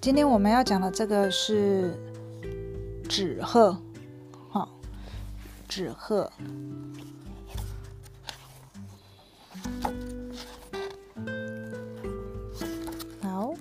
今天我们要讲的这个是纸鹤，纸鹤。好，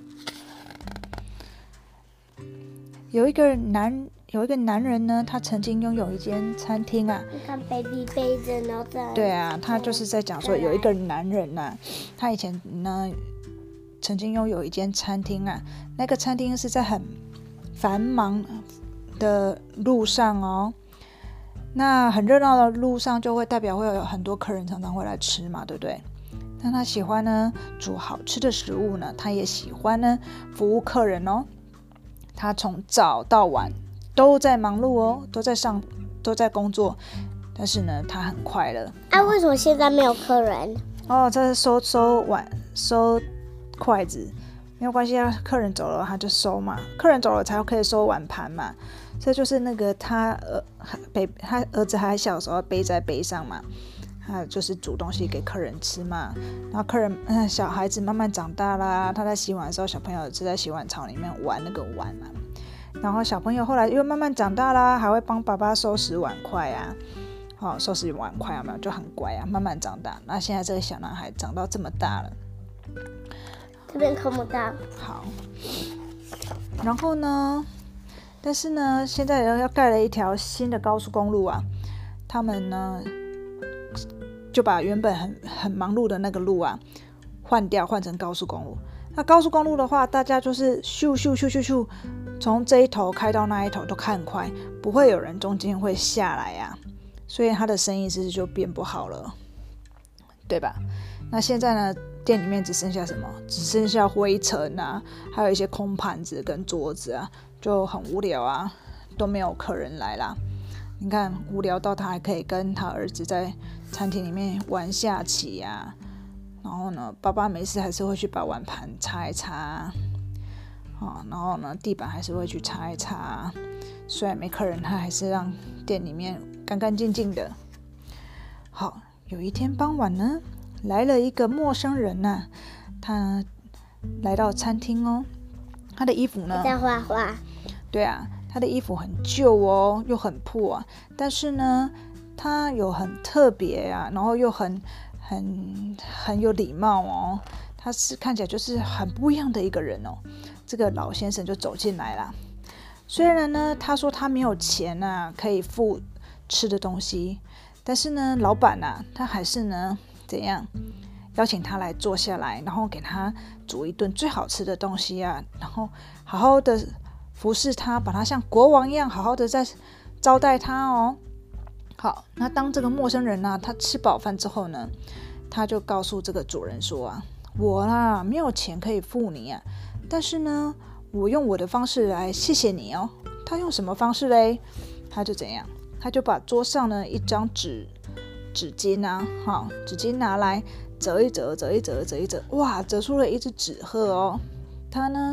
有一个男人呢，他曾经拥有一间餐厅啊。 你看 baby 背着，然后再对啊，他就是在讲说，有一个男人啊，他以前呢曾经拥有一间餐厅啊。那个餐厅是在很繁忙的路上哦。那很热闹的路上，就会代表会有很多客人常常会来吃嘛，对不对？那他喜欢呢煮好吃的食物呢，他也喜欢呢服务客人哦。他从早到晚都在忙碌哦，都在工作，但是呢，他很快乐。 为什么现在没有客人？ 这是收筷子，没有关系啊，客人走了他就收嘛，客人走了才可以收碗盘嘛。这就是那个他儿子还小的时候背在背上嘛，他就是煮东西给客人吃嘛。然后小孩子慢慢长大啦，他在洗碗的时候，小朋友就在洗碗槽里面玩那个碗嘛。然后小朋友后来又慢慢长大啦，还会帮爸爸收拾碗筷啊。收拾碗筷有没有就很乖啊，慢慢长大。那现在这个小男孩长到这么大了， 这边看不到。 好，然后呢？但是呢，现在要盖了一条新的高速公路啊，他们呢就把原本很忙碌的那个路啊换成高速公路。那高速公路的话，大家就是咻咻咻咻咻，从这一头开到那一头都开很快，不会有人中间会下来啊，所以他的生意就变不好了，对吧？那现在呢，店里面只剩下什么？只剩下灰尘啊，还有一些空盘子跟桌子啊，就很无聊啊，都没有客人来啦。你看，无聊到他还可以跟他儿子在餐厅里面玩下棋啊。然后呢，爸爸没事还是会去把碗盘擦一擦，然后呢，地板还是会去擦一擦。虽然没客人，他还是让店里面干干净净的。好，有一天傍晚呢，来了一个陌生人啊，他来到餐厅哦。他的衣服呢？ 在画画。 对啊，他的衣服很旧哦，又很破啊。但是呢，他有很特别啊，然后又很有礼貌哦。他是看起来就是很不一样的一个人哦。这个老先生就走进来啦。虽然呢，他说他没有钱啊，可以付吃的东西，但是呢，老板啊，他还是呢怎样邀请他来坐下来，然后给他煮一顿最好吃的东西啊，然后好好的服侍他，把他像国王一样好好的在招待他哦。好，那当这个陌生人啊，他吃饱饭之后呢，他就告诉这个主人说啊，我啦没有钱可以付你啊，但是呢，我用我的方式来谢谢你哦。他用什么方式嘞？他就怎样？他就把桌上呢一张纸巾啊，纸巾拿来折一折，哇，折出了一只纸鹤哦。他呢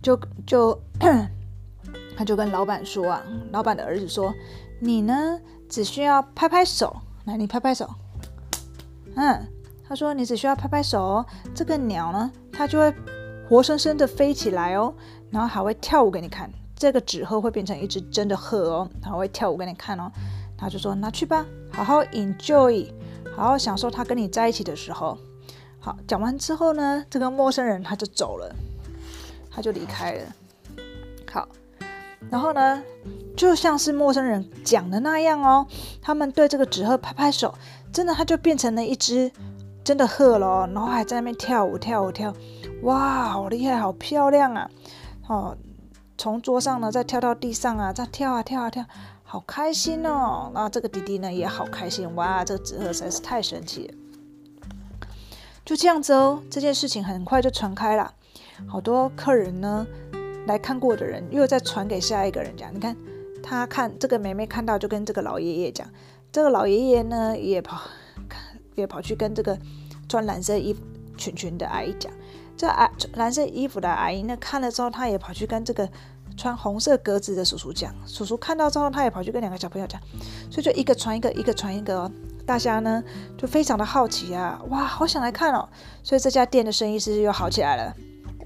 他就跟老板说啊，老板的儿子说，你呢只需要拍拍手，来，你拍拍手。他说你只需要拍拍手哦，这个鸟呢，它就会活生生的飞起来哦，然后还会跳舞给你看。这个纸鹤会变成一只真的鹤哦，还会跳舞给你看哦。他就说拿去吧，好好 enjoy， 好好享受他跟你在一起的时候。好，讲完之后呢，这个陌生人他就走了，他就离开了。好，然后呢，就像是陌生人讲的那样哦，他们对这个纸鹤拍拍手，真的它就变成了一只真的鹤了，然后还在那边跳舞，哇，好厉害，好漂亮啊！从桌上呢再跳到地上啊，再跳啊，好开心哦。然后这个弟弟呢也好开心，哇，这个纸鹤实在是太神奇了。就这样子哦，这件事情很快就传开了，好多客人呢来看过的人又再传给下一个人讲。你看，他看这个妹妹看到就跟这个老爷爷讲，这个老爷爷呢也跑去跟这个穿蓝色衣服裙的阿姨讲。这蓝色衣服的阿姨呢看了之后，她也跑去跟这个穿红色格子的叔叔讲。叔叔看到之后，他也跑去跟两个小朋友讲。所以就一个传一个，一个传一个哦。大家呢就非常的好奇啊，哇，好想来看哦。所以这家店的生意是又好起来了。 对，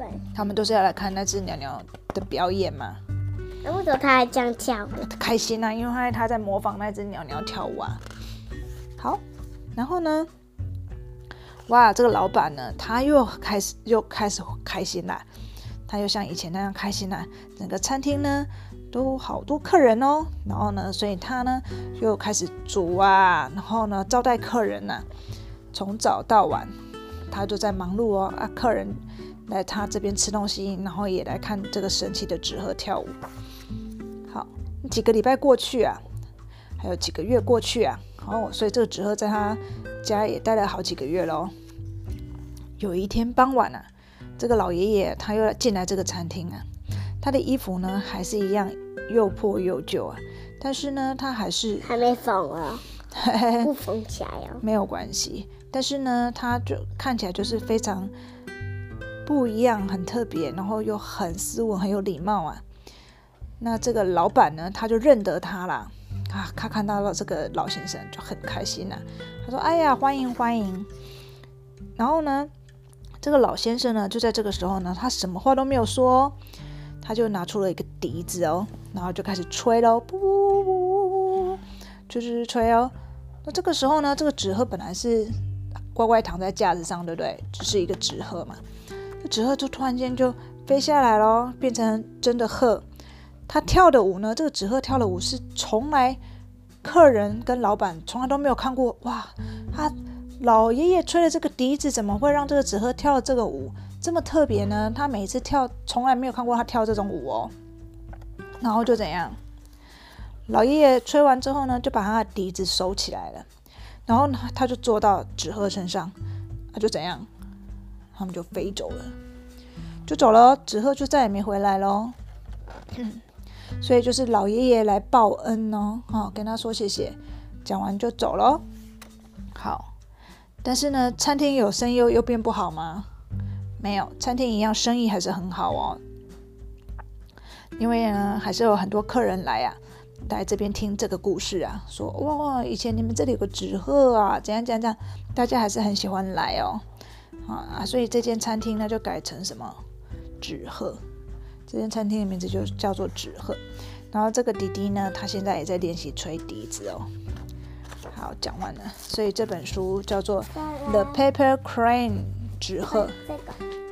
对。 他们都是要来看那只鸟鸟的表演嘛。 那为什么他还这样跳？ 开心啊，因为他在模仿那只鸟鸟跳舞啊。好，然后呢，哇，这个老板呢，他又开始开心啦，他又像以前那样开心啦。整个餐厅呢都好多客人哦，然后呢，所以他呢又开始煮啊，然后呢招待客人啊，从早到晚他就在忙碌哦啊，客人来他这边吃东西，然后也来看这个神奇的纸鹤跳舞。好，几个礼拜过去啊，还有几个月过去啊，所以这个纸鹤在他家也待了好几个月咯。有一天傍晚啊，这个老爷爷他又进来这个餐厅啊，他的衣服呢还是一样又破又旧啊，但是呢他还没缝啊，不缝起来哦， 没有关系。但是呢，他就看起来就是非常不一样，很特别，然后又很斯文，很有礼貌啊。那这个老板呢，他就认得他啦。啊，他看到了这个老先生就很开心啊。他说：“哎呀，欢迎欢迎。”然后呢，这个老先生呢，就在这个时候呢，他什么话都没有说，他就拿出了一个笛子哦，然后就开始吹咯，噗噗噗噗，就是吹哦。那这个时候呢，这个纸鹤本来是乖乖躺在架子上，对不对？只是一个纸鹤嘛，这纸鹤就突然间就飞下来咯，变成真的鹤。他跳的舞呢，这个纸鹤跳的舞是从来客人跟老板从来都没有看过。哇，他老爷爷吹的这个笛子怎么会让这个纸鹤跳的这个舞这么特别呢？他每次跳从来没有看过他跳这种舞哦。然后就怎样，老爷爷吹完之后呢，就把他的笛子收起来了，然后他就坐到纸鹤身上，就怎样，他们就飞走了，就走了，纸鹤就再也没回来咯。所以就是老爷爷来报恩哦，跟他说谢谢，讲完就走咯。好，但是呢，餐厅有生意又变不好吗？没有，餐厅一样生意还是很好哦。因为呢，还是有很多客人来这边听这个故事啊，说哇，以前你们这里有个纸鹤啊，怎样怎样怎样，大家还是很喜欢来哦。所以这间餐厅呢就改成什么纸鹤。这间餐厅的名字就叫做纸鹤，然后这个弟弟呢，他现在也在练习吹笛子哦。好，讲完了，所以这本书叫做《The Paper Crane》纸鹤。